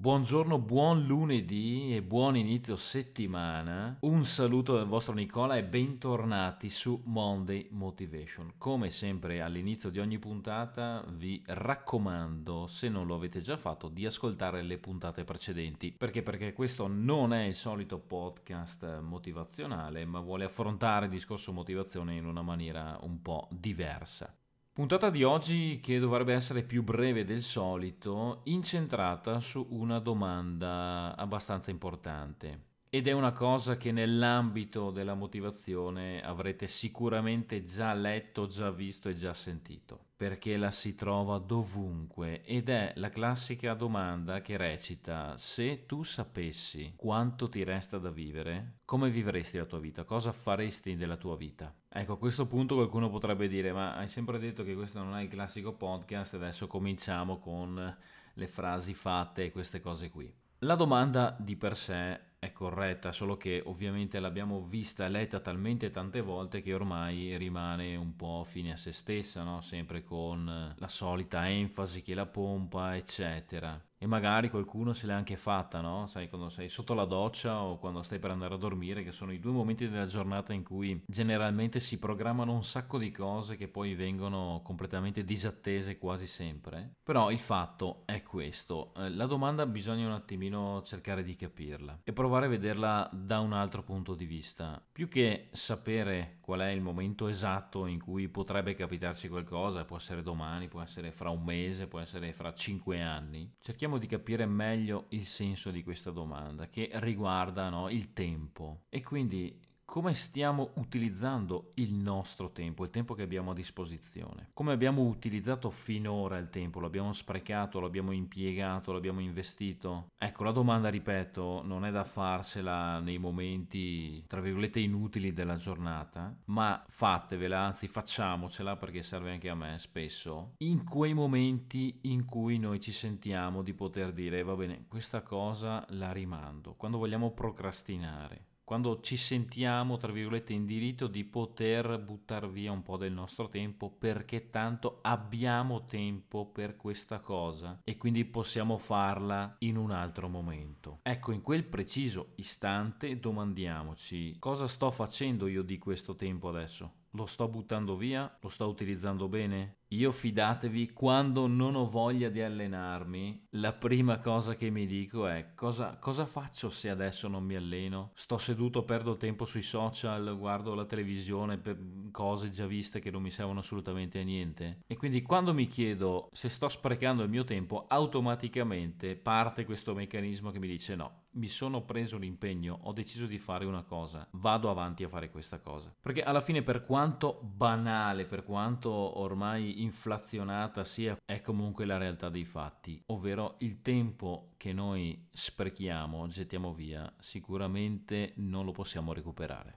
Buongiorno, buon lunedì e buon inizio settimana. Un saluto dal vostro Nicola e bentornati su Monday Motivation. Come sempre all'inizio di ogni puntata vi raccomando, se non lo avete già fatto, di ascoltare le puntate precedenti. Perché questo non è il solito podcast motivazionale, ma vuole affrontare il discorso motivazione in una maniera un po' diversa. Puntata di oggi che dovrebbe essere più breve del solito, incentrata su una domanda abbastanza importante. Ed è una cosa che nell'ambito della motivazione avrete sicuramente già letto, già visto e già sentito, perché la si trova dovunque ed è la classica domanda che recita: se tu sapessi quanto ti resta da vivere, come vivresti la tua vita? Cosa faresti della tua vita? Ecco, a questo punto qualcuno potrebbe dire: ma hai sempre detto che questo non è il classico podcast, adesso cominciamo con le frasi fatte e queste cose qui. La domanda di per sé è corretta, solo che ovviamente l'abbiamo vista e letta talmente tante volte che ormai rimane un po' fine a se stessa, no? Sempre con la solita enfasi che la pompa, eccetera. E magari qualcuno se l'è anche fatta, no? Sai, quando sei sotto la doccia o quando stai per andare a dormire, che sono i due momenti della giornata in cui generalmente si programmano un sacco di cose che poi vengono completamente disattese quasi sempre. Però il fatto è questo, la domanda bisogna un attimino cercare di capirla e provare a vederla da un altro punto di vista. Più che sapere qual è il momento esatto in cui potrebbe capitarci qualcosa, può essere domani, può essere fra un mese, può essere fra 5 anni, cerchiamo di capire meglio il senso di questa domanda che riguarda, no, il tempo e quindi come stiamo utilizzando il nostro tempo, il tempo che abbiamo a disposizione. Come abbiamo utilizzato finora il tempo, lo abbiamo sprecato, lo abbiamo impiegato, lo abbiamo investito? Ecco, la domanda, ripeto, non è da farsela nei momenti, tra virgolette, inutili della giornata, ma fatevela, anzi facciamocela perché serve anche a me spesso, in quei momenti in cui noi ci sentiamo di poter dire: va bene, questa cosa la rimando, quando vogliamo procrastinare, quando ci sentiamo, tra virgolette, in diritto di poter buttare via un po' del nostro tempo perché tanto abbiamo tempo per questa cosa e quindi possiamo farla in un altro momento. Ecco, in quel preciso istante domandiamoci: cosa sto facendo io di questo tempo adesso? Lo sto buttando via? Lo sto utilizzando bene? Io, fidatevi, quando non ho voglia di allenarmi, la prima cosa che mi dico è: cosa faccio se adesso non mi alleno? Sto seduto, perdo tempo sui social, guardo la televisione per cose già viste che non mi servono assolutamente a niente. E quindi quando mi chiedo se sto sprecando il mio tempo, automaticamente parte questo meccanismo che mi dice: no, mi sono preso l'impegno, ho deciso di fare una cosa, vado avanti a fare questa cosa. Perché alla fine, per quanto banale, per quanto ormai inflazionata sia, è comunque la realtà dei fatti, ovvero il tempo che noi sprechiamo, gettiamo via, sicuramente non lo possiamo recuperare.